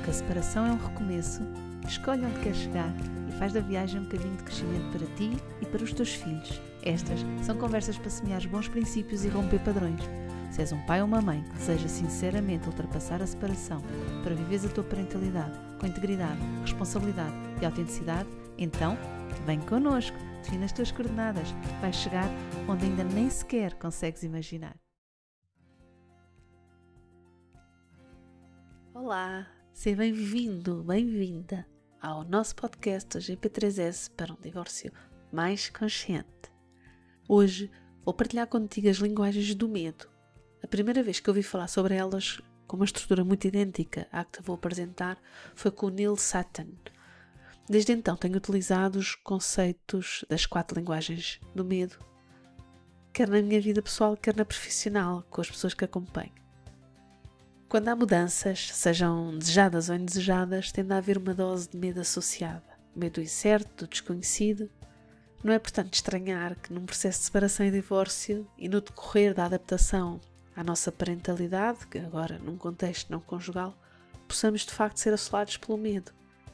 porque a separação é um recomeço, escolhe onde queres chegar e faz da viagem um caminho de crescimento para ti e para os teus filhos. Estas são conversas para semear bons princípios e romper padrões. Se és um pai ou uma mãe que deseja sinceramente ultrapassar a separação para viveres a tua parentalidade com integridade, responsabilidade e autenticidade, então vem connosco, define as tuas coordenadas, vais chegar onde ainda nem sequer consegues imaginar. Olá, seja bem-vindo, bem-vinda ao nosso podcast GP3S para um divórcio mais consciente. Hoje vou partilhar contigo as linguagens do medo. A primeira vez que ouvi falar sobre elas, com uma estrutura muito idêntica à que te vou apresentar, foi com o Neil Sattan. Desde então tenho utilizado os conceitos das 4 linguagens do medo, quer na minha vida pessoal, quer na profissional, com as pessoas que acompanho. Quando há mudanças, sejam desejadas ou indesejadas, tende a haver uma dose de medo associada. Medo do incerto, do desconhecido. Não é, portanto, estranhar que num processo de separação e divórcio e no decorrer da adaptação à nossa parentalidade, que agora num contexto não conjugal, possamos de facto ser assolados pelo medo.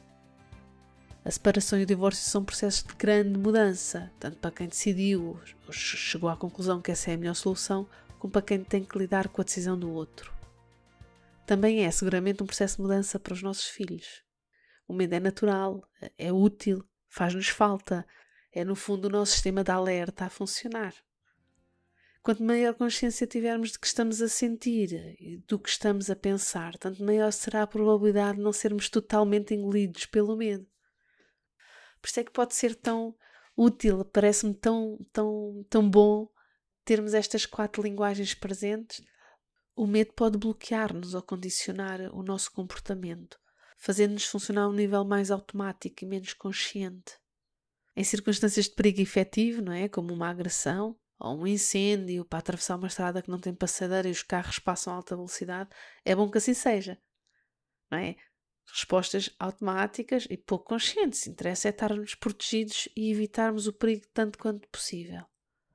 A separação e o divórcio são processos de grande mudança, tanto para quem decidiu ou chegou à conclusão que essa é a melhor solução, como para quem tem que lidar com a decisão do outro. Também é seguramente um processo de mudança para os nossos filhos. O medo é natural, é útil, faz-nos falta, é no fundo o nosso sistema de alerta a funcionar. Quanto maior consciência tivermos de que estamos a sentir e do que estamos a pensar, tanto maior será a probabilidade de não sermos totalmente engolidos pelo medo. Por isso é que pode ser tão útil, parece-me tão bom termos estas 4 linguagens presentes. O medo pode bloquear-nos ou condicionar o nosso comportamento, fazendo-nos funcionar a um nível mais automático e menos consciente. Em circunstâncias de perigo efetivo, não é? Como uma agressão ou um incêndio para atravessar uma estrada que não tem passadeira e os carros passam a alta velocidade, é bom que assim seja, não é? Respostas automáticas e pouco conscientes. Interessa é estarmos protegidos e evitarmos o perigo tanto quanto possível.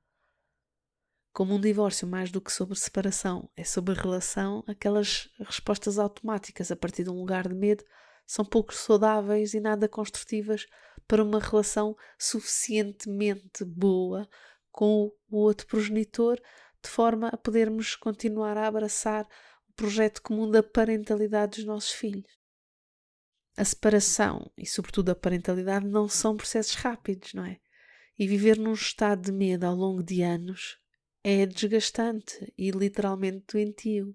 Como um divórcio, mais do que sobre separação, é sobre relação, aquelas respostas automáticas a partir de um lugar de medo são pouco saudáveis e nada construtivas para uma relação suficientemente boa com o outro progenitor, de forma a podermos continuar a abraçar o projeto comum da parentalidade dos nossos filhos. A separação e, sobretudo, a parentalidade não são processos rápidos, não é? E viver num estado de medo ao longo de anos é desgastante e literalmente doentio.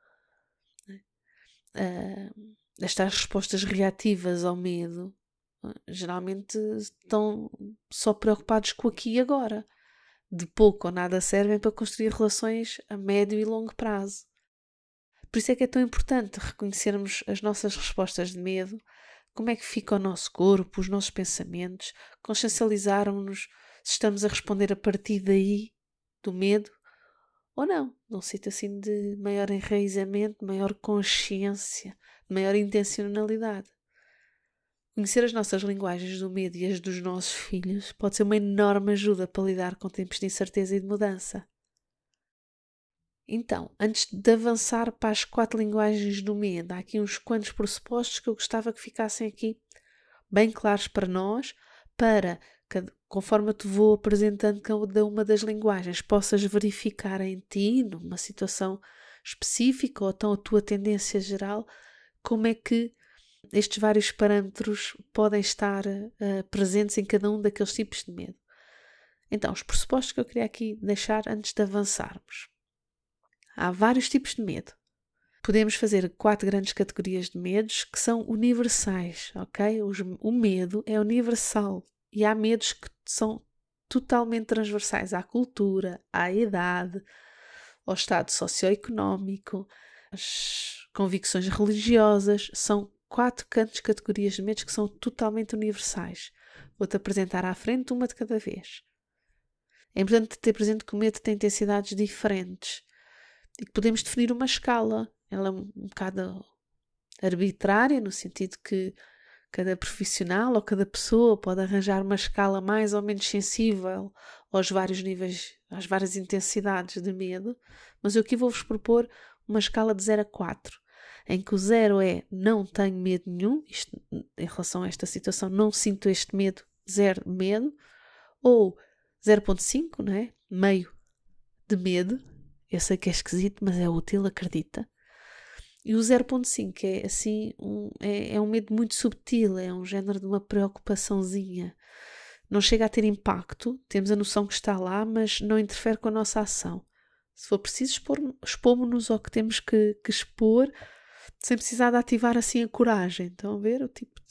Estas respostas reativas ao medo geralmente estão só preocupados com o aqui e agora. De pouco ou nada servem para construir relações a médio e longo prazo. Por isso é que é tão importante reconhecermos as nossas respostas de medo, como é que fica o nosso corpo, os nossos pensamentos, consciencializarmos-nos se estamos a responder a partir daí, do medo, ou não, num sítio assim de maior enraizamento, maior consciência, maior intencionalidade. Conhecer as nossas linguagens do medo e as dos nossos filhos pode ser uma enorme ajuda para lidar com tempos de incerteza e de mudança. Então, antes de avançar para as 4 linguagens do medo, há aqui uns quantos pressupostos que eu gostava que ficassem aqui bem claros para nós, para que, conforme eu te vou apresentando cada uma das linguagens, possas verificar em ti, numa situação específica ou então a tua tendência geral, como é que estes vários parâmetros podem estar presentes em cada um daqueles tipos de medo. Então, os pressupostos que eu queria aqui deixar antes de avançarmos. Há vários tipos de medo. Podemos fazer 4 grandes categorias de medos que são universais, ok? O medo é universal e há medos que são totalmente transversais à cultura, à idade, ao estado socioeconómico, às convicções religiosas. São 4 grandes categorias de medos que são totalmente universais. Vou-te apresentar à frente uma de cada vez. É importante ter presente que o medo tem intensidades diferentes e que podemos definir uma escala. Ela é um bocado arbitrária, no sentido que cada profissional ou cada pessoa pode arranjar uma escala mais ou menos sensível aos vários níveis, às várias intensidades de medo, mas eu aqui vou-vos propor uma escala de 0 a 4. em que o 0 é não tenho medo nenhum, isto, em relação a esta situação, não sinto este medo, 0 medo, ou 0.5, não é? Meio de medo, eu sei que é esquisito, mas é útil, acredita. E o 0.5 é assim, é um medo muito subtil, é um género de uma preocupaçãozinha. Não chega a ter impacto, temos a noção que está lá, mas não interfere com a nossa ação. Se for preciso, expomos-nos ao que temos que expor, sem precisar de ativar assim a coragem. Estão a ver o tipo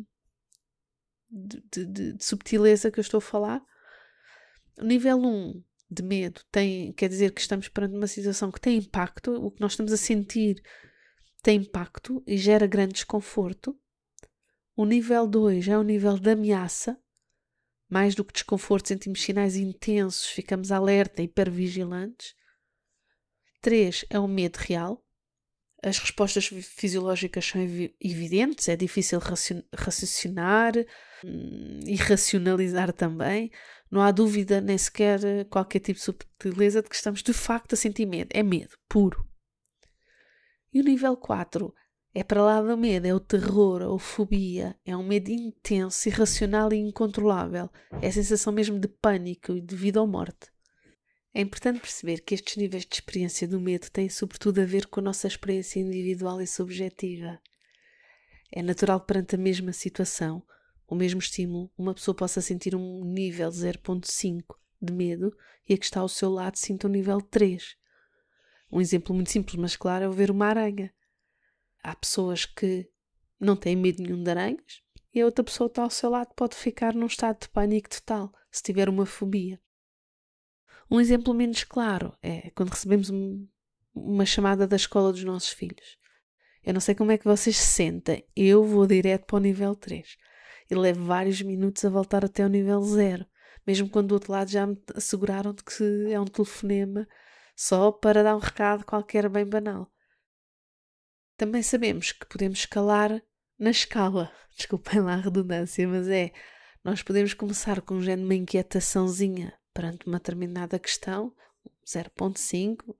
de subtileza que eu estou a falar? O nível 1 de medo quer dizer que estamos perante uma situação que tem impacto, o que nós estamos a sentir tem impacto e gera grande desconforto. O nível 2 é o nível de ameaça. Mais do que desconforto, sentimos sinais intensos, ficamos alerta, hipervigilantes. 3 é o medo real. As respostas fisiológicas são evidentes, é difícil raciocinar e racionalizar também. Não há dúvida, nem sequer qualquer tipo de subtileza, de que estamos de facto a sentir medo. É medo puro. E o nível 4 é para lá do medo, é o terror, a fobia, é um medo intenso, irracional e incontrolável. É a sensação mesmo de pânico e de vida ou morte. É importante perceber que estes níveis de experiência do medo têm sobretudo a ver com a nossa experiência individual e subjetiva. É natural que perante a mesma situação, o mesmo estímulo, uma pessoa possa sentir um nível 0.5 de medo e a que está ao seu lado sinta um nível 3. Um exemplo muito simples, mas claro, é o ver uma aranha. Há pessoas que não têm medo nenhum de aranhas e a outra pessoa que está ao seu lado pode ficar num estado de pânico total, se tiver uma fobia. Um exemplo menos claro é quando recebemos uma chamada da escola dos nossos filhos. Eu não sei como é que vocês se sentem, eu vou direto para o nível 3 e levo vários minutos a voltar até o nível 0, mesmo quando do outro lado já me asseguraram de que é um telefonema só para dar um recado qualquer bem banal. Também sabemos que podemos escalar na escala, desculpem lá a redundância, mas nós podemos começar com um género de uma inquietaçãozinha perante uma determinada questão, 0.5,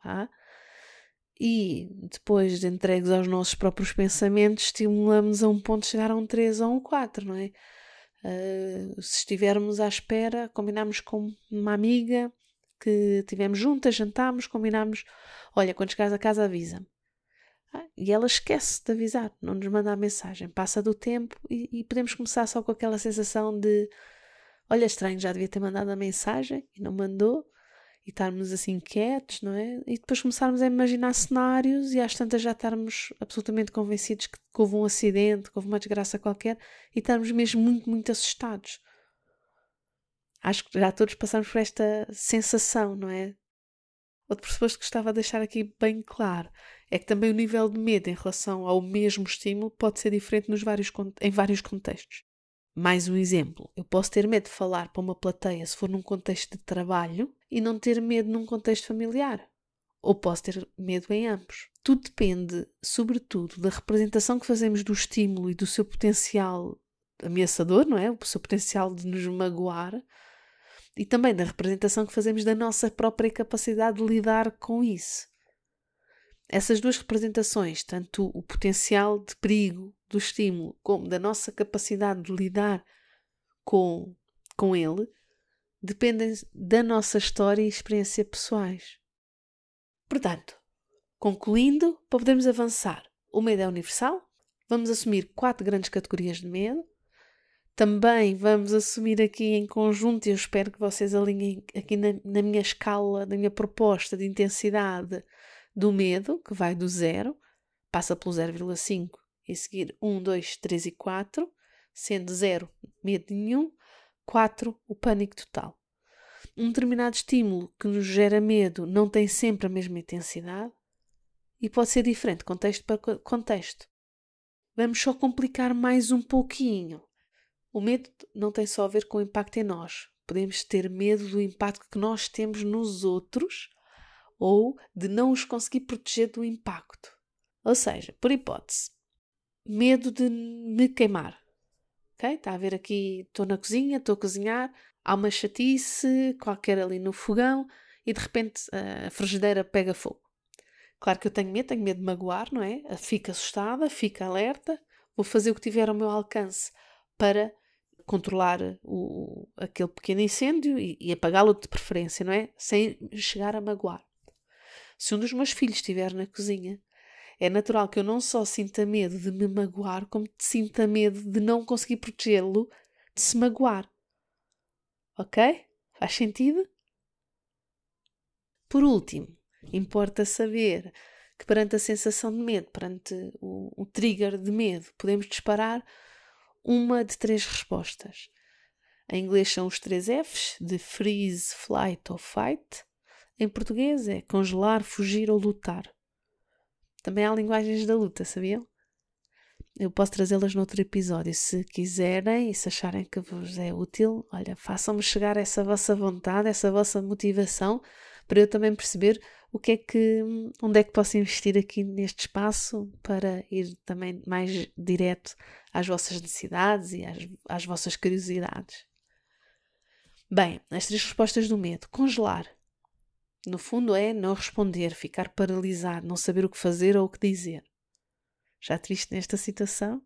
e depois de entregues aos nossos próprios pensamentos, estimulamos a um ponto de chegar a um 3 ou um 4, não é? Se estivermos à espera, combinamos com uma amiga que estivemos juntas, jantámos, combinámos, olha, quando chegares a casa avisa-me. E ela esquece de avisar, não nos manda a mensagem, passa do tempo e podemos começar só com aquela sensação de olha, estranho, já devia ter mandado a mensagem e não mandou, e estarmos assim quietos, não é? E depois começarmos a imaginar cenários e às tantas já estarmos absolutamente convencidos que houve um acidente, que houve uma desgraça qualquer e estarmos mesmo muito, muito assustados. Acho que já todos passamos por esta sensação, não é? Outro pressuposto que gostava de deixar aqui bem claro é que também o nível de medo em relação ao mesmo estímulo pode ser diferente em vários contextos. Mais um exemplo, eu posso ter medo de falar para uma plateia se for num contexto de trabalho e não ter medo num contexto familiar. Ou posso ter medo em ambos. Tudo depende, sobretudo, da representação que fazemos do estímulo e do seu potencial ameaçador, não é? O seu potencial de nos magoar. E também da representação que fazemos da nossa própria capacidade de lidar com isso. Essas duas representações, tanto o potencial de perigo do estímulo como da nossa capacidade de lidar com ele, dependem da nossa história e experiência pessoais. Portanto, concluindo, para podermos avançar, o medo é universal, vamos assumir 4 grandes categorias de medo. Também vamos assumir aqui em conjunto, e eu espero que vocês alinhem aqui na minha escala, na minha proposta de intensidade do medo, que vai do 0, passa pelo 0,5 e seguir 1, 2, 3 e 4, sendo 0 medo nenhum, 4 o pânico total. Um determinado estímulo que nos gera medo não tem sempre a mesma intensidade e pode ser diferente contexto para contexto. Vamos só complicar mais um pouquinho. O medo não tem só a ver com o impacto em nós. Podemos ter medo do impacto que nós temos nos outros ou de não os conseguir proteger do impacto. Ou seja, por hipótese, medo de me queimar. Okay? Está a ver aqui, estou na cozinha, estou a cozinhar, há uma chatice qualquer ali no fogão e de repente a frigideira pega fogo. Claro que eu tenho medo de magoar, não é? Fico assustada, fico alerta, vou fazer o que tiver ao meu alcance para controlar aquele pequeno incêndio e apagá-lo de preferência, não é? Sem chegar a magoar. Se um dos meus filhos estiver na cozinha, é natural que eu não só sinta medo de me magoar, como sinta medo de não conseguir protegê-lo de se magoar. Ok? Faz sentido? Por último, importa saber que perante a sensação de medo, perante o trigger de medo, podemos disparar uma de 3 respostas. Em inglês são os 3 Fs, de freeze, flight ou fight. Em português é congelar, fugir ou lutar. Também há linguagens da luta, sabiam? Eu posso trazê-las noutro episódio. Se quiserem e se acharem que vos é útil, olha, façam-me chegar essa vossa vontade, essa vossa motivação, para eu também perceber onde é que posso investir aqui neste espaço para ir também mais direto às vossas necessidades e às vossas curiosidades. Bem, as 3 respostas do medo. Congelar. No fundo é não responder, ficar paralisado, não saber o que fazer ou o que dizer. Já te viste nesta situação?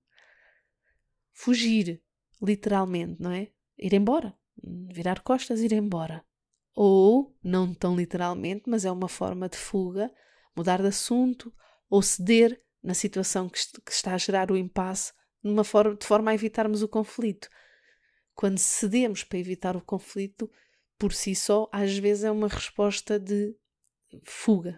Fugir, literalmente, não é? Ir embora. Virar costas e ir embora. Ou, não tão literalmente, mas é uma forma de fuga, mudar de assunto ou ceder na situação que está a gerar o impasse de forma a evitarmos o conflito. Quando cedemos para evitar o conflito, por si só, às vezes é uma resposta de fuga.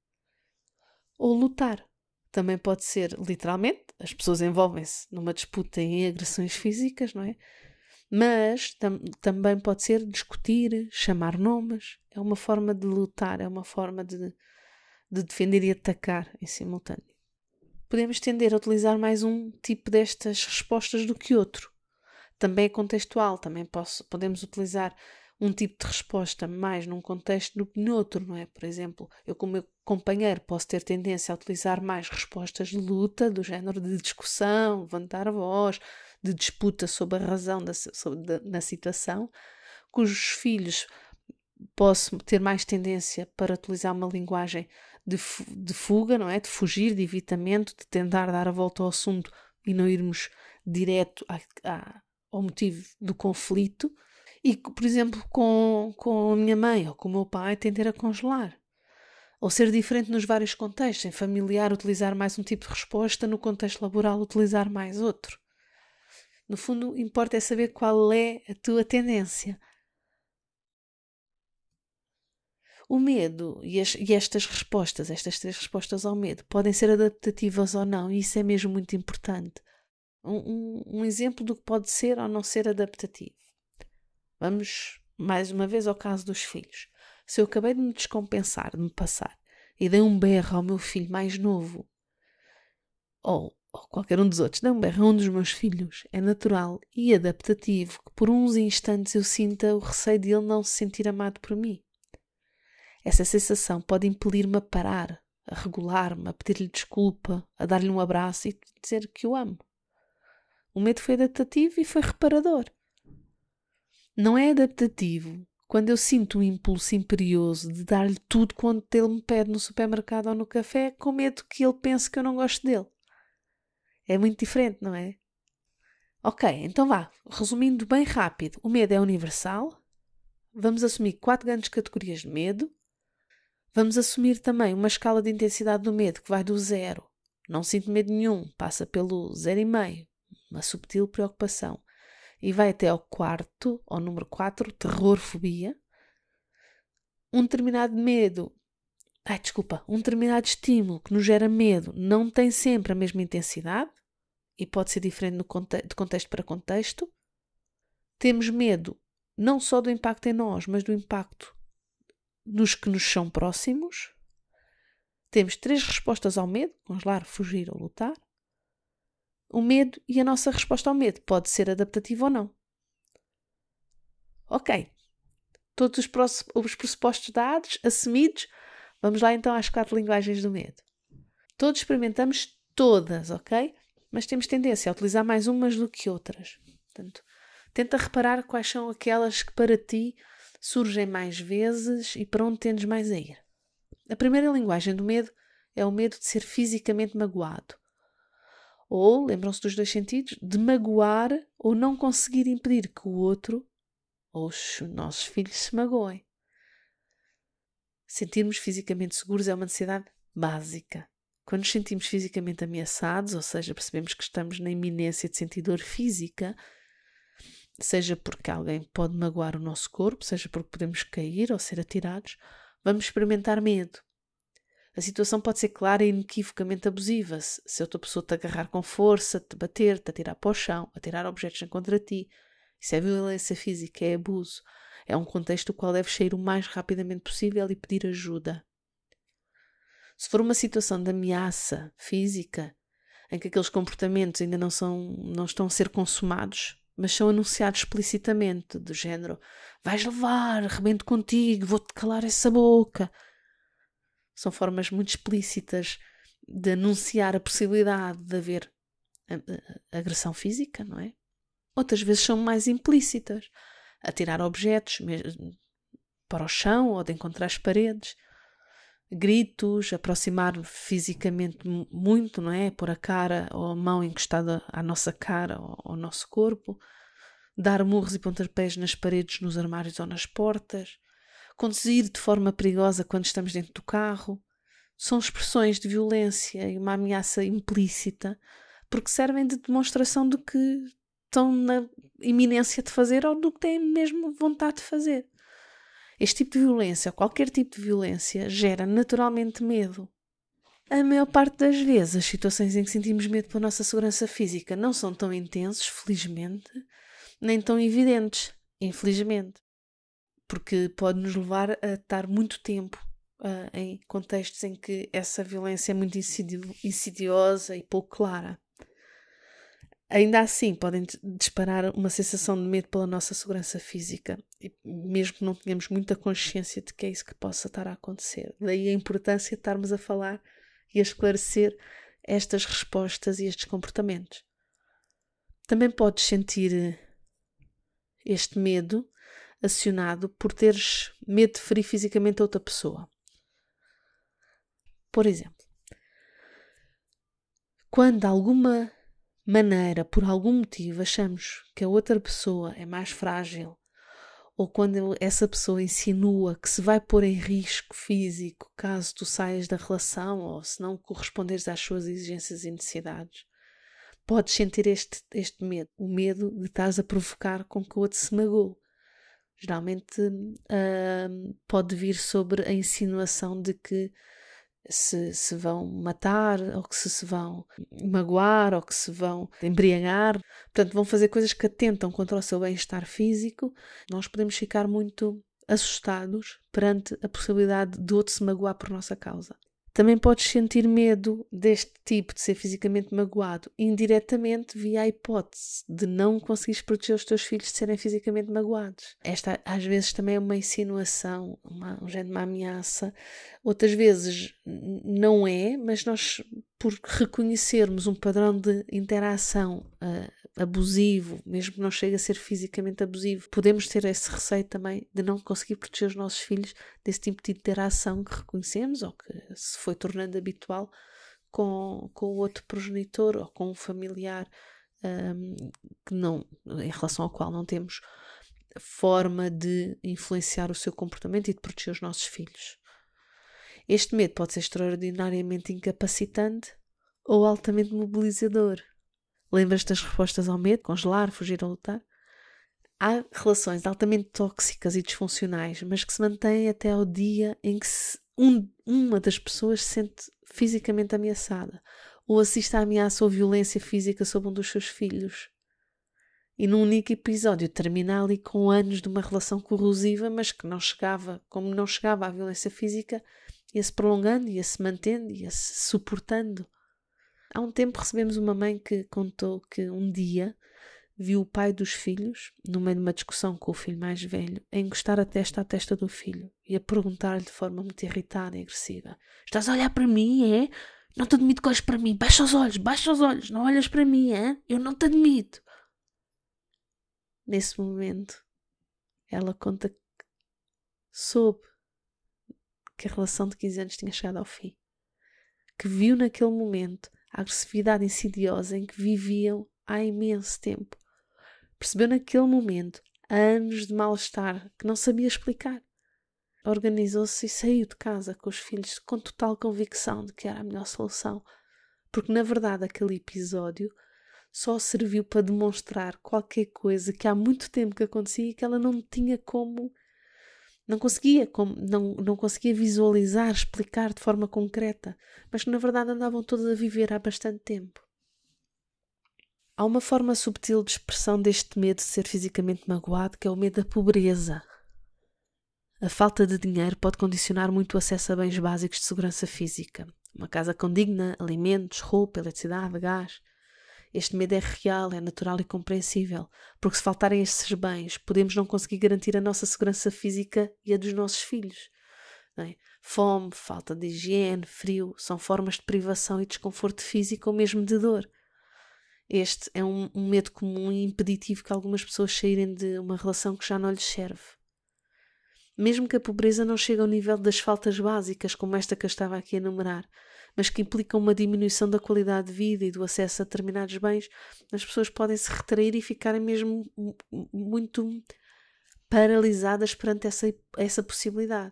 Ou lutar. Também pode ser, literalmente, as pessoas envolvem-se numa disputa em agressões físicas, não é? Mas também pode ser discutir, chamar nomes. É uma forma de lutar, é uma forma de defender e atacar em simultâneo. Podemos tender a utilizar mais um tipo destas respostas do que outro. Também é contextual, também podemos utilizar um tipo de resposta mais num contexto do que noutro, não é? Por exemplo, eu como meu companheiro posso ter tendência a utilizar mais respostas de luta, do género de discussão, levantar a voz, de disputa sobre a razão na situação, cujos filhos posso ter mais tendência para utilizar uma linguagem de fuga, não é? De fugir, de evitamento, de tentar dar a volta ao assunto e não irmos direto ao motivo do conflito. E, por exemplo, com a minha mãe ou com o meu pai, tender a congelar. Ou ser diferente nos vários contextos. Em familiar, utilizar mais um tipo de resposta. No contexto laboral, utilizar mais outro. No fundo, importa é saber qual é a tua tendência. O medo e estas respostas, estas 3 respostas ao medo, podem ser adaptativas ou não. E isso é mesmo muito importante. Um exemplo do que pode ser ou não ser adaptativo. Vamos mais uma vez ao caso dos filhos. Se eu acabei de me descompensar, de me passar, e dei um berro ao meu filho mais novo, ou qualquer um dos outros, dei um berro a um dos meus filhos, é natural e adaptativo que por uns instantes eu sinta o receio de ele não se sentir amado por mim. Essa sensação pode impelir-me a parar, a regular-me, a pedir-lhe desculpa, a dar-lhe um abraço e dizer que o amo. O medo foi adaptativo e foi reparador. Não é adaptativo quando eu sinto um impulso imperioso de dar-lhe tudo quanto ele me pede no supermercado ou no café, com medo que ele pense que eu não gosto dele. É muito diferente, não é? Ok, então vá. Resumindo bem rápido, o medo é universal. Vamos assumir 4 grandes categorias de medo. Vamos assumir também uma escala de intensidade do medo que vai do 0. Não sinto medo nenhum, passa pelo 0,5, uma subtil preocupação. E vai até ao número 4, terror-fobia. Um determinado estímulo que nos gera medo não tem sempre a mesma intensidade e pode ser diferente de contexto para contexto. Temos medo não só do impacto em nós, mas do impacto nos que nos são próximos. Temos 3 respostas ao medo: congelar, fugir ou lutar. O medo e a nossa resposta ao medo pode ser adaptativa ou não. Ok, todos os pressupostos dados, assumidos, vamos lá então às 4 linguagens do medo. Todos experimentamos todas, ok? Mas temos tendência a utilizar mais umas do que outras. Portanto, tenta reparar quais são aquelas que para ti surgem mais vezes e para onde tendes mais a ir. A primeira linguagem do medo é o medo de ser fisicamente magoado. Ou, lembram-se dos 2 sentidos, de magoar ou não conseguir impedir que o outro ou os nossos filhos se magoem. Sentirmos fisicamente seguros é uma necessidade básica. Quando nos sentimos fisicamente ameaçados, ou seja, percebemos que estamos na iminência de sentir dor física, seja porque alguém pode magoar o nosso corpo, seja porque podemos cair ou ser atirados, vamos experimentar medo. A situação pode ser clara e inequivocamente abusiva. Se outra pessoa te agarrar com força, te bater, te atirar para o chão, atirar objetos contra ti, isso é violência física, é abuso. É um contexto do qual deves sair o mais rapidamente possível e pedir ajuda. Se for uma situação de ameaça física, em que aqueles comportamentos ainda não estão a ser consumados, mas são anunciados explicitamente, do género, vais levar, arrebento contigo, vou-te calar essa boca. São formas muito explícitas de anunciar a possibilidade de haver agressão física, não é? Outras vezes são mais implícitas. Atirar objetos para o chão ou de encontrar as paredes. Gritos, aproximar fisicamente muito, não é? Pôr a cara ou a mão encostada à nossa cara ou ao nosso corpo. Dar murros e pontapés nas paredes, nos armários ou nas portas. Conduzir de forma perigosa quando estamos dentro do carro. São expressões de violência e uma ameaça implícita porque servem de demonstração do que estão na iminência de fazer ou do que têm mesmo vontade de fazer. Este tipo de violência, ou qualquer tipo de violência, gera naturalmente medo. A maior parte das vezes, as situações em que sentimos medo pela nossa segurança física não são tão intensos, felizmente, nem tão evidentes, infelizmente, porque pode nos levar a estar muito tempo em contextos em que essa violência é muito insidiosa e pouco clara. Ainda assim, podem disparar uma sensação de medo pela nossa segurança física, e mesmo que não tenhamos muita consciência de que é isso que possa estar a acontecer. Daí a importância de estarmos a falar e a esclarecer estas respostas e estes comportamentos. Também podes sentir este medo acionado por teres medo de ferir fisicamente a outra pessoa. Por exemplo, quando de alguma maneira, por algum motivo, achamos que a outra pessoa é mais frágil, ou quando essa pessoa insinua que se vai pôr em risco físico caso tu saias da relação ou se não corresponderes às suas exigências e necessidades, podes sentir este medo, o medo de estares a provocar com que o outro se magoe. Geralmente pode vir sobre a insinuação de que se vão matar, ou que se vão magoar, ou que se vão embriagar. Portanto, vão fazer coisas que atentam contra o seu bem-estar físico. Nós podemos ficar muito assustados perante a possibilidade de outro se magoar por nossa causa. Também podes sentir medo deste tipo de ser fisicamente magoado indiretamente via a hipótese de não conseguires proteger os teus filhos de serem fisicamente magoados. Esta às vezes também é uma insinuação, um género de uma ameaça. Outras vezes não é, mas nós, por reconhecermos um padrão de interação abusivo, mesmo que não chegue a ser fisicamente abusivo, podemos ter esse receio também de não conseguir proteger os nossos filhos desse tipo de interação que reconhecemos ou que se foi tornando habitual com o outro progenitor ou com um familiar que não, em relação ao qual não temos forma de influenciar o seu comportamento e de proteger os nossos filhos. Este medo pode ser extraordinariamente incapacitante ou altamente mobilizador. Lembras-te das respostas ao medo? Congelar, fugir ou lutar? Há relações altamente tóxicas e disfuncionais, mas que se mantêm até ao dia em que uma das pessoas se sente fisicamente ameaçada ou assiste à ameaça ou violência física sobre um dos seus filhos. E num único episódio termina ali com anos de uma relação corrosiva, mas que não chegava, como não chegava à violência física, ia-se prolongando, ia-se mantendo, ia-se suportando. Há um tempo recebemos uma mãe que contou que um dia viu o pai dos filhos, no meio de uma discussão com o filho mais velho, a encostar a testa à testa do filho e a perguntar-lhe de forma muito irritada e agressiva: estás a olhar para mim, é? Não te admito que olhes para mim. Baixa os olhos, não olhas para mim, é? Eu não te admito. Nesse momento, ela conta que soube que a relação de 15 anos tinha chegado ao fim. que viu naquele momento a agressividade insidiosa em que viviam há imenso tempo. Percebeu naquele momento anos de mal-estar que não sabia explicar. Organizou-se e saiu de casa com os filhos com total convicção de que era a melhor solução, porque na verdade aquele episódio só serviu para demonstrar qualquer coisa que há muito tempo que acontecia e que ela não tinha como, não conseguia visualizar, explicar de forma concreta, mas que na verdade andavam todos a viver há bastante tempo. Há uma forma subtil de expressão deste medo de ser fisicamente magoado, que é o medo da pobreza. A falta de dinheiro pode condicionar muito o acesso a bens básicos de segurança física. Uma casa condigna, alimentos, roupa, eletricidade, gás. Este medo é real, é natural e compreensível, porque se faltarem esses bens, podemos não conseguir garantir a nossa segurança física e a dos nossos filhos. Não é? Fome, falta de higiene, frio, são formas de privação e desconforto físico ou mesmo de dor. Este é um medo comum e impeditivo que algumas pessoas saírem de uma relação que já não lhes serve. Mesmo que a pobreza não chegue ao nível das faltas básicas, como esta que eu estava aqui a enumerar, mas que implicam uma diminuição da qualidade de vida e do acesso a determinados bens, as pessoas podem se retrair e ficarem mesmo muito paralisadas perante essa possibilidade.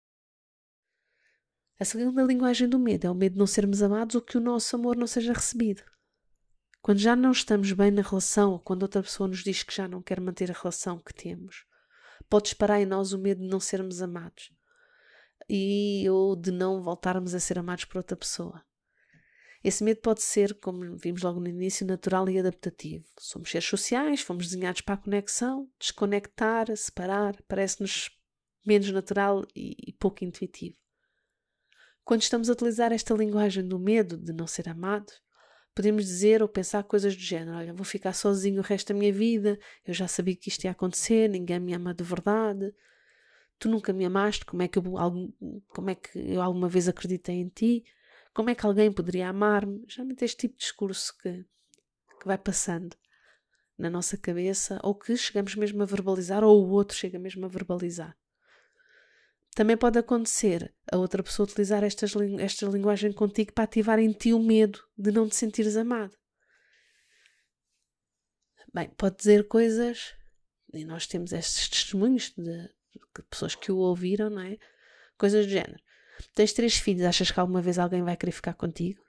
A segunda linguagem do medo é o medo de não sermos amados ou que o nosso amor não seja recebido. Quando já não estamos bem na relação ou quando outra pessoa nos diz que já não quer manter a relação que temos, pode disparar em nós o medo de não sermos amados ou de não voltarmos a ser amados por outra pessoa. Esse medo pode ser, como vimos logo no início, natural e adaptativo. Somos seres sociais, fomos desenhados para a conexão, desconectar, separar, parece-nos menos natural e pouco intuitivo. Quando estamos a utilizar esta linguagem do medo de não ser amado, podemos dizer ou pensar coisas do género: olha, vou ficar sozinho o resto da minha vida, eu já sabia que isto ia acontecer, ninguém me ama de verdade, tu nunca me amaste, como é que eu alguma vez acreditei em ti, como é que alguém poderia amar-me? Geralmente este tipo de discurso que vai passando na nossa cabeça, ou que chegamos mesmo a verbalizar, ou o outro chega mesmo a verbalizar. Também pode acontecer a outra pessoa utilizar esta linguagem contigo para ativar em ti o medo de não te sentires amado. Bem, pode dizer coisas, e nós temos estes testemunhos de pessoas que o ouviram, não é? Coisas do género: tens 3 filhos, achas que alguma vez alguém vai querer ficar contigo?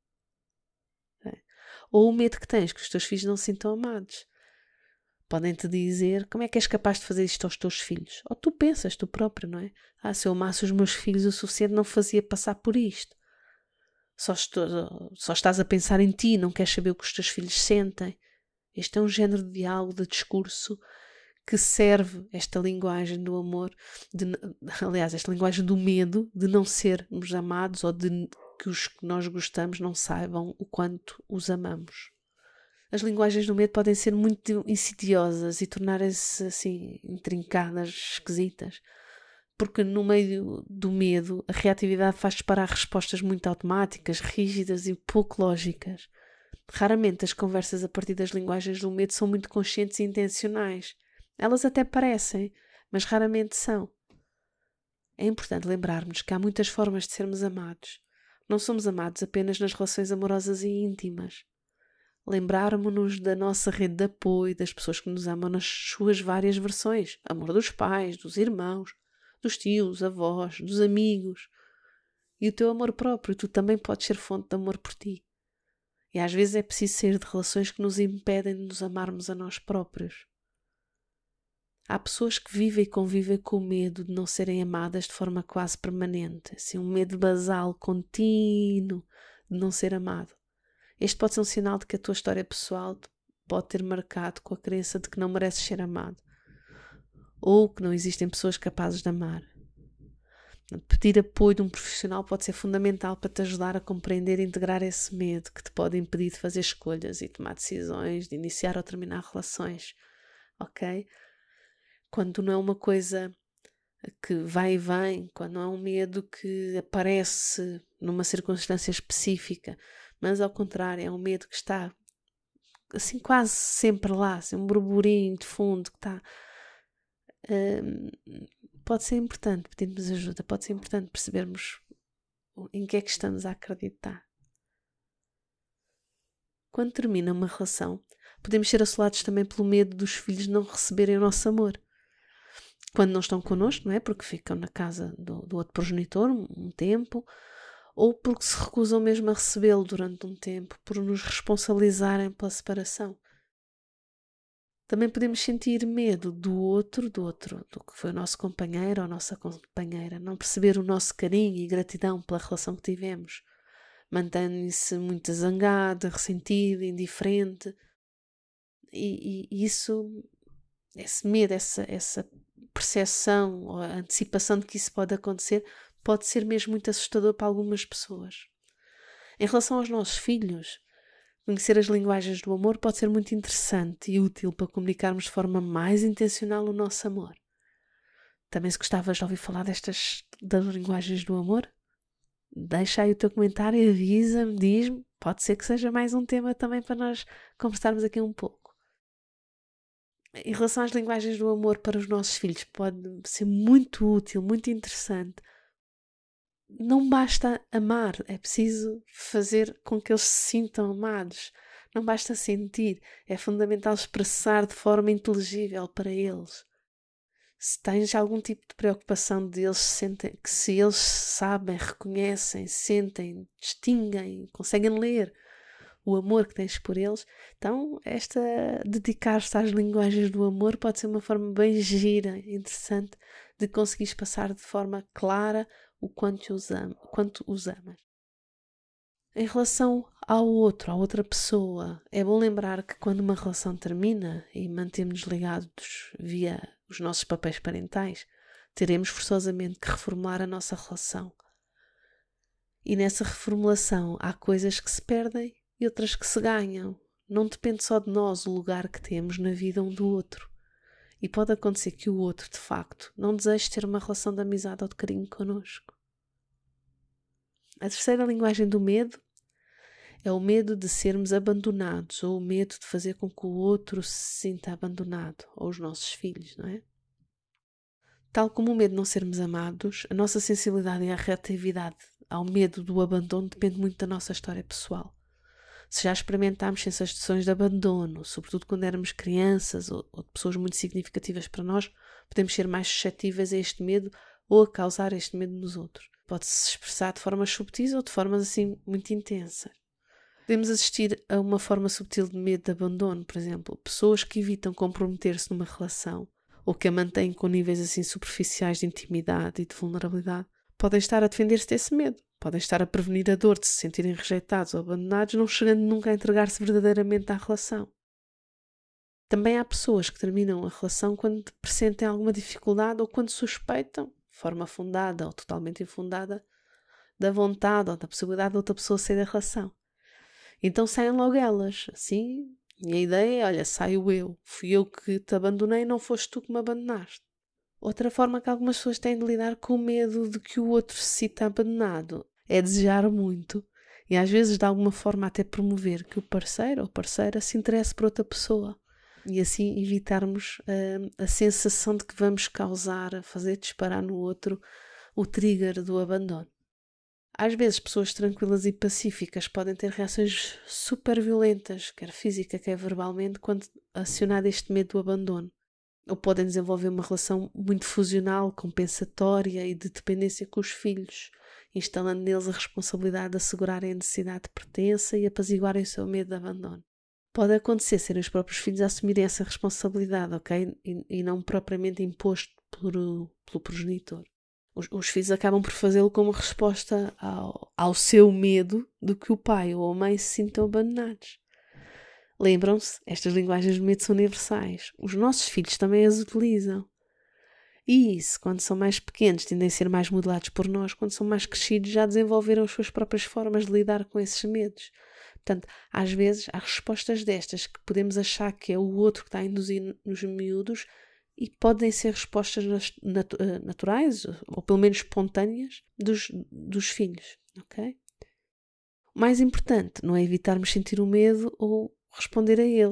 É. Ou o medo que tens que os teus filhos não se sintam amados. Podem-te dizer: como é que és capaz de fazer isto aos teus filhos? Ou tu pensas, tu próprio, não é? Se eu amasse os meus filhos o suficiente, não fazia passar por isto. Só estás a pensar em ti, não queres saber o que os teus filhos sentem. Este é um género de diálogo, de discurso, que serve esta linguagem do amor, esta linguagem do medo de não sermos amados ou de que os que nós gostamos não saibam o quanto os amamos. As linguagens do medo podem ser muito insidiosas e tornarem-se assim intrincadas, esquisitas, porque no meio do medo a reatividade faz disparar respostas muito automáticas, rígidas e pouco lógicas. Raramente as conversas a partir das linguagens do medo são muito conscientes e intencionais. Elas até parecem, mas raramente são. É importante lembrarmos que há muitas formas de sermos amados. Não somos amados apenas nas relações amorosas e íntimas. Lembrarmos-nos da nossa rede de apoio, das pessoas que nos amam nas suas várias versões. Amor dos pais, dos irmãos, dos tios, avós, dos amigos. E o teu amor próprio, tu também podes ser fonte de amor por ti. E às vezes é preciso sair de relações que nos impedem de nos amarmos a nós próprios. Há pessoas que vivem e convivem com o medo de não serem amadas de forma quase permanente. Assim, um medo basal, contínuo de não ser amado. Este pode ser um sinal de que a tua história pessoal te pode ter marcado com a crença de que não mereces ser amado. Ou que não existem pessoas capazes de amar. Pedir apoio de um profissional pode ser fundamental para te ajudar a compreender e integrar esse medo que te pode impedir de fazer escolhas e tomar decisões, de iniciar ou terminar relações. Ok? Quando não é uma coisa que vai e vem, quando não é um medo que aparece numa circunstância específica, mas ao contrário, é um medo que está assim quase sempre lá, assim, um burburinho de fundo que está... pode ser importante pedirmos ajuda, pode ser importante percebermos em que é que estamos a acreditar. Quando termina uma relação, podemos ser assolados também pelo medo dos filhos não receberem o nosso amor. Quando não estão connosco, não é? Porque ficam na casa do outro progenitor um tempo, ou porque se recusam mesmo a recebê-lo durante um tempo, por nos responsabilizarem pela separação. Também podemos sentir medo do outro, do que foi o nosso companheiro ou a nossa companheira, não perceber o nosso carinho e gratidão pela relação que tivemos, mantendo-se muito zangado, ressentido, indiferente. E isso, esse medo, essa percepção ou a antecipação de que isso pode acontecer, pode ser mesmo muito assustador para algumas pessoas. Em relação aos nossos filhos, conhecer as linguagens do amor pode ser muito interessante e útil para comunicarmos de forma mais intencional o nosso amor. Também, se gostavas de ouvir falar das linguagens do amor, deixa aí o teu comentário, avisa-me, diz-me. Pode ser que seja mais um tema também para nós conversarmos aqui um pouco. Em relação às linguagens do amor para os nossos filhos, pode ser muito útil, muito interessante. Não basta amar, é preciso fazer com que eles se sintam amados. Não basta sentir, é fundamental expressar de forma inteligível para eles. Se tens algum tipo de preocupação deles, que se eles sabem, reconhecem, sentem, distinguem, conseguem ler o amor que tens por eles, então dedicar-se às linguagens do amor pode ser uma forma bem gira, interessante, de conseguires passar de forma clara o quanto os amas. Em relação ao outro, à outra pessoa, é bom lembrar que quando uma relação termina e mantemos-nos ligados via os nossos papéis parentais, teremos forçosamente que reformular a nossa relação. E nessa reformulação há coisas que se perdem e outras que se ganham. Não depende só de nós o lugar que temos na vida um do outro. E pode acontecer que o outro, de facto, não deseje ter uma relação de amizade ou de carinho connosco. A terceira linguagem do medo é o medo de sermos abandonados ou o medo de fazer com que o outro se sinta abandonado, ou os nossos filhos, não é? Tal como o medo de não sermos amados, a nossa sensibilidade e a reatividade ao medo do abandono depende muito da nossa história pessoal. Se já experimentámos sensações de abandono, sobretudo quando éramos crianças ou de pessoas muito significativas para nós, podemos ser mais suscetíveis a este medo ou a causar este medo nos outros. Pode-se expressar de formas subtis ou de formas assim muito intensas. Podemos assistir a uma forma subtil de medo de abandono, por exemplo, pessoas que evitam comprometer-se numa relação ou que a mantêm com níveis assim superficiais de intimidade e de vulnerabilidade, podem estar a defender-se desse medo. Podem estar a prevenir a dor de se sentirem rejeitados ou abandonados, não chegando nunca a entregar-se verdadeiramente à relação. Também há pessoas que terminam a relação quando pressentem alguma dificuldade ou quando suspeitam, de forma fundada ou totalmente infundada, da vontade ou da possibilidade de outra pessoa sair da relação. Então saem logo elas, assim, e a ideia é, olha, saio eu, fui eu que te abandonei, não foste tu que me abandonaste. Outra forma que algumas pessoas têm de lidar com o medo de que o outro se sinta abandonado é desejar muito e às vezes de alguma forma até promover que o parceiro ou parceira se interesse por outra pessoa e assim evitarmos a sensação de que vamos fazer disparar no outro o trigger do abandono. Às vezes pessoas tranquilas e pacíficas podem ter reações super violentas, quer física, quer verbalmente, quando acionado este medo do abandono. Ou podem desenvolver uma relação muito fusional, compensatória e de dependência com os filhos, instalando neles a responsabilidade de assegurarem a necessidade de pertença e apaziguarem o seu medo de abandono. Pode acontecer serem os próprios filhos a assumirem essa responsabilidade, ok? E não propriamente imposto pelo progenitor. Os filhos acabam por fazê-lo como resposta ao seu medo de que o pai ou a mãe se sintam abandonados. Lembram-se, estas linguagens de medo são universais. Os nossos filhos também as utilizam. E isso, quando são mais pequenos, tendem a ser mais modelados por nós. Quando são mais crescidos, já desenvolveram as suas próprias formas de lidar com esses medos. Portanto, às vezes, há respostas destas que podemos achar que é o outro que está a induzir nos miúdos e podem ser respostas naturais, ou pelo menos espontâneas, dos filhos. Ok? O mais importante não é evitarmos sentir o medo ou responder a ele.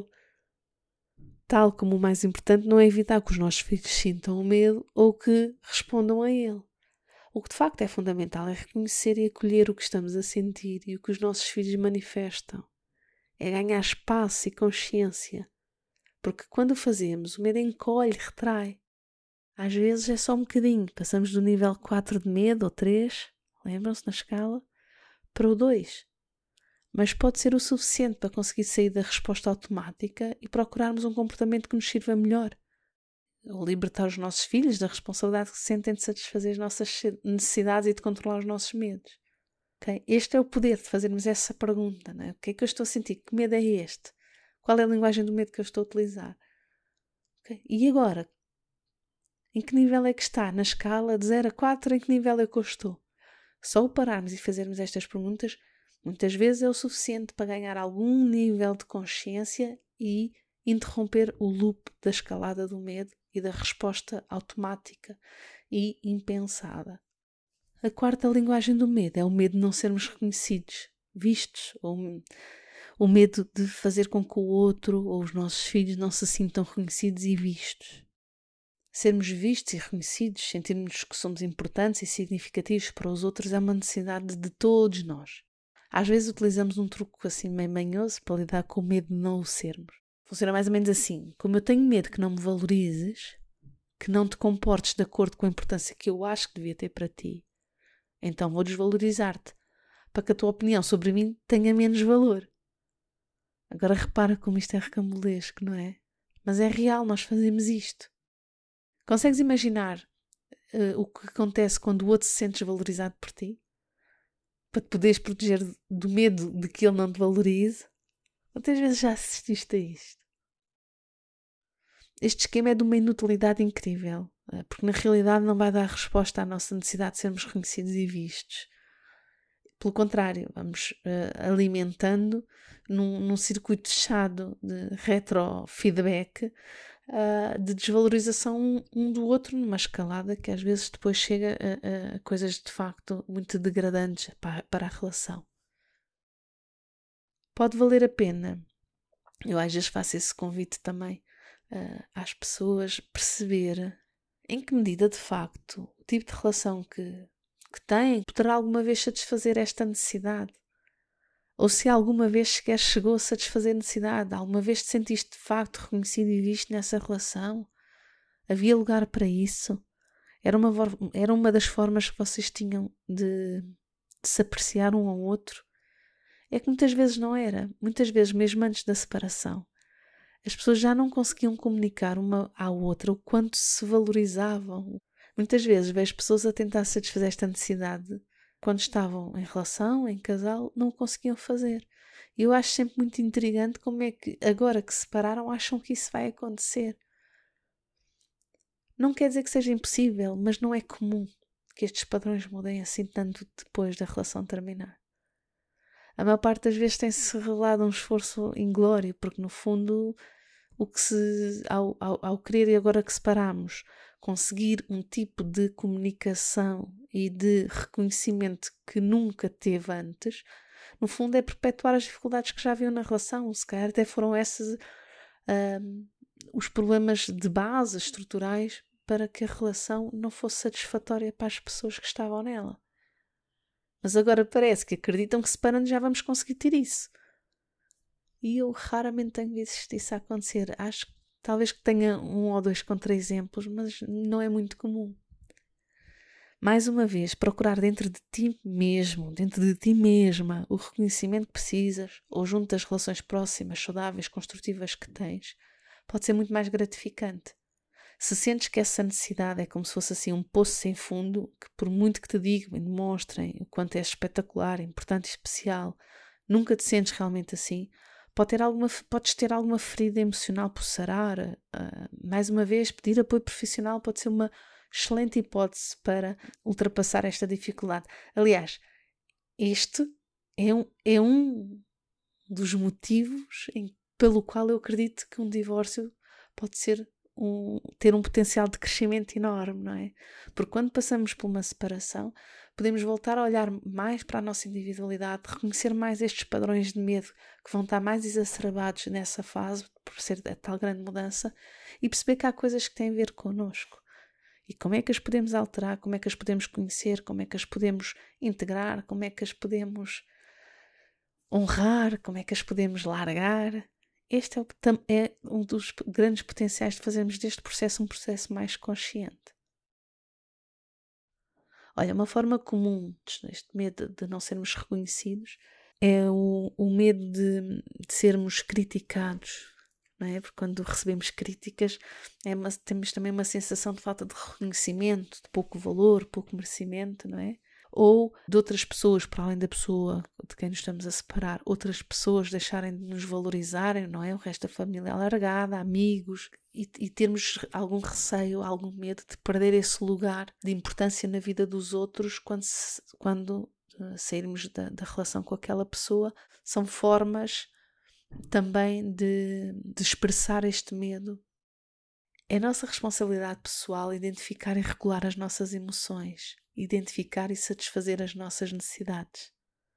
Tal como o mais importante não é evitar que os nossos filhos sintam o medo ou que respondam a ele. O que de facto é fundamental é reconhecer e acolher o que estamos a sentir e o que os nossos filhos manifestam. É ganhar espaço e consciência. Porque quando o fazemos, o medo encolhe, retrai. Às vezes é só um bocadinho. Passamos do nível 4 de medo, ou 3, lembram-se na escala, para o 2. Mas pode ser o suficiente para conseguir sair da resposta automática e procurarmos um comportamento que nos sirva melhor. Ou libertar os nossos filhos da responsabilidade que sentem de satisfazer as nossas necessidades e de controlar os nossos medos. Okay? Este é o poder de fazermos essa pergunta. Não é? O que é que eu estou a sentir? Que medo é este? Qual é a linguagem do medo que eu estou a utilizar? Okay? E agora? Em que nível é que está? Na escala de 0 a 4, em que nível é que eu estou? Só o pararmos e fazermos estas perguntas, muitas vezes é o suficiente para ganhar algum nível de consciência e interromper o loop da escalada do medo e da resposta automática e impensada. A quarta linguagem do medo é o medo de não sermos reconhecidos, vistos, ou o medo de fazer com que o outro ou os nossos filhos não se sintam reconhecidos e vistos. Sermos vistos e reconhecidos, sentirmos que somos importantes e significativos para os outros é uma necessidade de todos nós. Às vezes utilizamos um truque assim meio manhoso para lidar com o medo de não o sermos. Funciona mais ou menos assim: como eu tenho medo que não me valorizes, que não te comportes de acordo com a importância que eu acho que devia ter para ti, então vou desvalorizar-te, para que a tua opinião sobre mim tenha menos valor. Agora repara como isto é recambulesco, não é? Mas é real, nós fazemos isto. Consegues imaginar o que acontece quando o outro se sente desvalorizado por ti? Para te poderes proteger do medo de que ele não te valorize? Quantas vezes já assististe a isto? Este esquema é de uma inutilidade incrível, porque na realidade não vai dar resposta à nossa necessidade de sermos reconhecidos e vistos. Pelo contrário, vamos alimentando num circuito fechado de retrofeedback, de desvalorização um do outro, numa escalada que às vezes depois chega a coisas de facto muito degradantes para a relação. Pode valer a pena, eu às vezes faço esse convite também às pessoas, perceber em que medida de facto o tipo de relação que têm poderá alguma vez satisfazer esta necessidade. Ou se alguma vez sequer chegou a satisfazer a necessidade, alguma vez te sentiste de facto reconhecido e visto nessa relação? Havia lugar para isso? Era uma das formas que vocês tinham de se apreciar um ao outro? É que muitas vezes não era. Muitas vezes, mesmo antes da separação, as pessoas já não conseguiam comunicar uma à outra o quanto se valorizavam. Muitas vezes vejo pessoas a tentar satisfazer esta necessidade quando estavam em relação, em casal, não o conseguiam fazer. E eu acho sempre muito intrigante como é que, agora que se separaram, acham que isso vai acontecer. Não quer dizer que seja impossível, mas não é comum que estes padrões mudem assim tanto depois da relação terminar. A maior parte das vezes tem-se revelado um esforço inglório, porque no fundo, ao querer e agora que separamos, conseguir um tipo de comunicação e de reconhecimento que nunca teve antes, no fundo é perpetuar as dificuldades que já haviam na relação. Se calhar até foram esses os problemas de base estruturais para que a relação não fosse satisfatória para as pessoas que estavam nela. Mas agora parece que acreditam que separando já vamos conseguir ter isso. E eu raramente tenho visto isso a acontecer. Acho que talvez que tenha um ou dois contra-exemplos, mas não é muito comum. Mais uma vez, procurar dentro de ti mesmo, dentro de ti mesma, o reconhecimento que precisas, ou junto das relações próximas, saudáveis, construtivas que tens, pode ser muito mais gratificante. Se sentes que essa necessidade é como se fosse assim um poço sem fundo, que por muito que te digam e demonstrem o quanto é espetacular, importante e especial, nunca te sentes realmente assim, podes ter alguma ferida emocional por sarar. Mais uma vez, pedir apoio profissional pode ser uma excelente hipótese para ultrapassar esta dificuldade. Aliás, este é um dos motivos pelo qual eu acredito que um divórcio pode ser ter um potencial de crescimento enorme, não é? Porque quando passamos por uma separação, podemos voltar a olhar mais para a nossa individualidade, reconhecer mais estes padrões de medo que vão estar mais exacerbados nessa fase, por ser a tal grande mudança, e perceber que há coisas que têm a ver connosco. E como é que as podemos alterar, como é que as podemos conhecer, como é que as podemos integrar, como é que as podemos honrar, como é que as podemos largar. Este é um dos grandes potenciais de fazermos deste processo um processo mais consciente. Olha, uma forma comum deste medo de não sermos reconhecidos é o medo de sermos criticados, não é? Porque quando recebemos críticas temos também uma sensação de falta de reconhecimento, de pouco valor, pouco merecimento, não é? Ou de outras pessoas, para além da pessoa de quem nos estamos a separar, outras pessoas deixarem de nos valorizarem, não é? O resto da família alargada, amigos, e termos algum receio, algum medo de perder esse lugar de importância na vida dos outros quando sairmos da relação com aquela pessoa. São formas também de expressar este medo. É nossa responsabilidade pessoal identificar e regular as nossas emoções, identificar e satisfazer as nossas necessidades.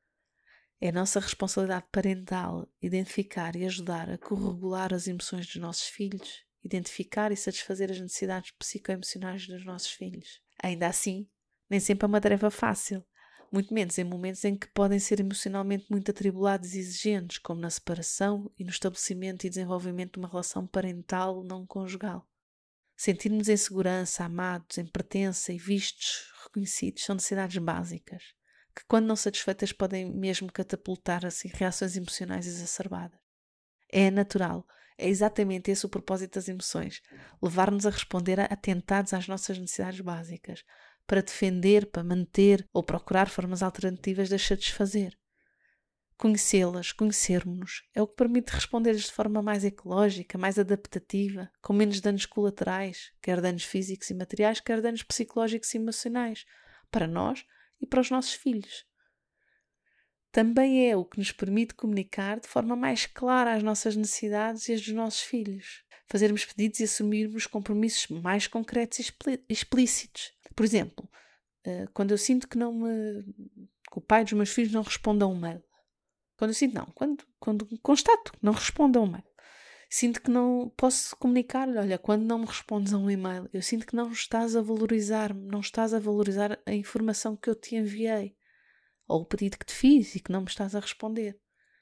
É nossa responsabilidade parental identificar e ajudar a corregular as emoções dos nossos filhos, identificar e satisfazer as necessidades psicoemocionais dos nossos filhos. Ainda assim, nem sempre é uma tarefa fácil, muito menos em momentos em que podem ser emocionalmente muito atribulados e exigentes, como na separação e no estabelecimento e desenvolvimento de uma relação parental não conjugal. Sentir-nos em segurança, amados, em pertença e vistos, reconhecidos, são necessidades básicas, que quando não satisfeitas podem mesmo catapultar assim, reações emocionais exacerbadas. É natural, é exatamente esse o propósito das emoções, levar-nos a responder atentados às nossas necessidades básicas, para defender, para manter ou procurar formas alternativas de as satisfazer. Conhecê-las, conhecermos-nos, é o que permite responder-lhes de forma mais ecológica, mais adaptativa, com menos danos colaterais, quer danos físicos e materiais, quer danos psicológicos e emocionais, para nós e para os nossos filhos. Também é o que nos permite comunicar de forma mais clara as nossas necessidades e as dos nossos filhos, fazermos pedidos e assumirmos compromissos mais concretos e explícitos. Por exemplo, quando eu sinto que o pai dos meus filhos não responde a um mail. Quando eu sinto, não. Quando constato que não responde a um mail. Sinto que não posso comunicar-lhe, olha, quando não me respondes a um e-mail, eu sinto que não estás a valorizar-me, não estás a valorizar a informação que eu te enviei, ou o pedido que te fiz e que não me estás a responder.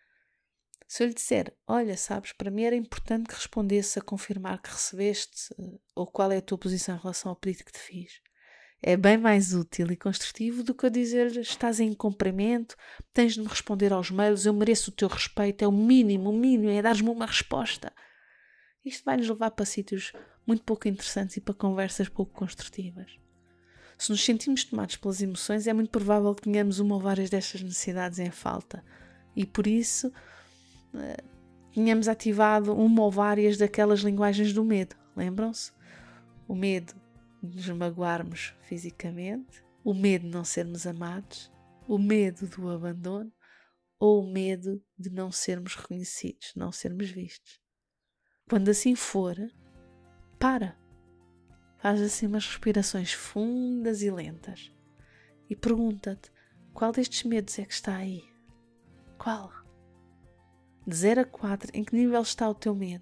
Se eu lhe disser, olha, sabes, para mim era importante que respondesse a confirmar que recebeste, ou qual é a tua posição em relação ao pedido que te fiz, é bem mais útil e construtivo do que eu dizer, estás em incumprimento, tens de me responder aos mails, eu mereço o teu respeito, é o mínimo, é dar-me uma resposta. Isto vai nos levar para sítios muito pouco interessantes e para conversas pouco construtivas. Se nos sentimos tomados pelas emoções, é muito provável que tenhamos uma ou várias destas necessidades em falta. E por isso, tenhamos ativado uma ou várias daquelas linguagens do medo. Lembram-se? O medo de nos magoarmos fisicamente, o medo de não sermos amados, o medo do abandono ou o medo de não sermos reconhecidos, não sermos vistos. Quando assim for, faz assim umas respirações fundas e lentas e pergunta-te, qual destes medos é que está aí? Qual? De 0 a 4, em que nível está o teu medo?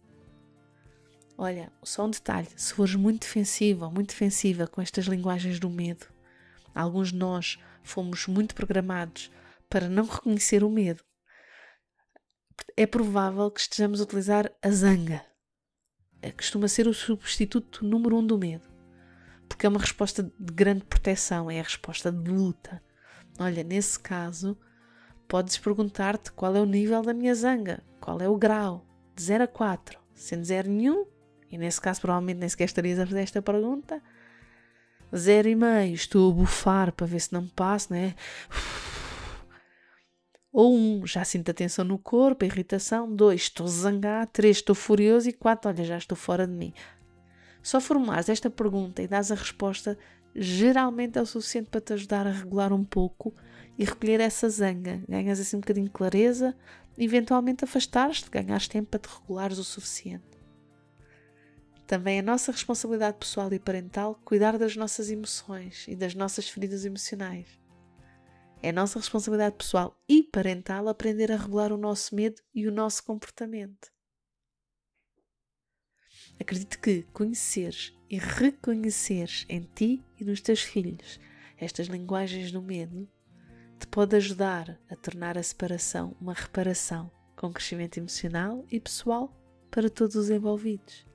Olha, só um detalhe, se fores muito defensivo ou muito defensiva com estas linguagens do medo, alguns de nós fomos muito programados para não reconhecer o medo, é provável que estejamos a utilizar a zanga. Costuma ser o substituto número 1 do medo, porque é uma resposta de grande proteção, é a resposta de luta. Olha, nesse caso, podes perguntar-te qual é o nível da minha zanga, qual é o grau, de 0 a 4, sendo 0 nenhum, e nesse caso provavelmente nem sequer estarias a fazer esta pergunta, 0,5, estou a bufar para ver se não me passo, né? Ou 1, já sinto a tensão no corpo, a irritação. 2, estou zangado. 3, estou furioso. E 4, olha, já estou fora de mim. Só formulares esta pergunta e dás a resposta, geralmente é o suficiente para te ajudar a regular um pouco e recolher essa zanga. Ganhas assim um bocadinho de clareza e eventualmente afastares-te, ganhas tempo para te regulares o suficiente. Também é nossa responsabilidade pessoal e parental cuidar das nossas emoções e das nossas feridas emocionais. É nossa responsabilidade pessoal e parental aprender a regular o nosso medo e o nosso comportamento. Acredito que conheceres e reconheceres em ti e nos teus filhos estas linguagens do medo, te pode ajudar a tornar a separação uma reparação com crescimento emocional e pessoal para todos os envolvidos.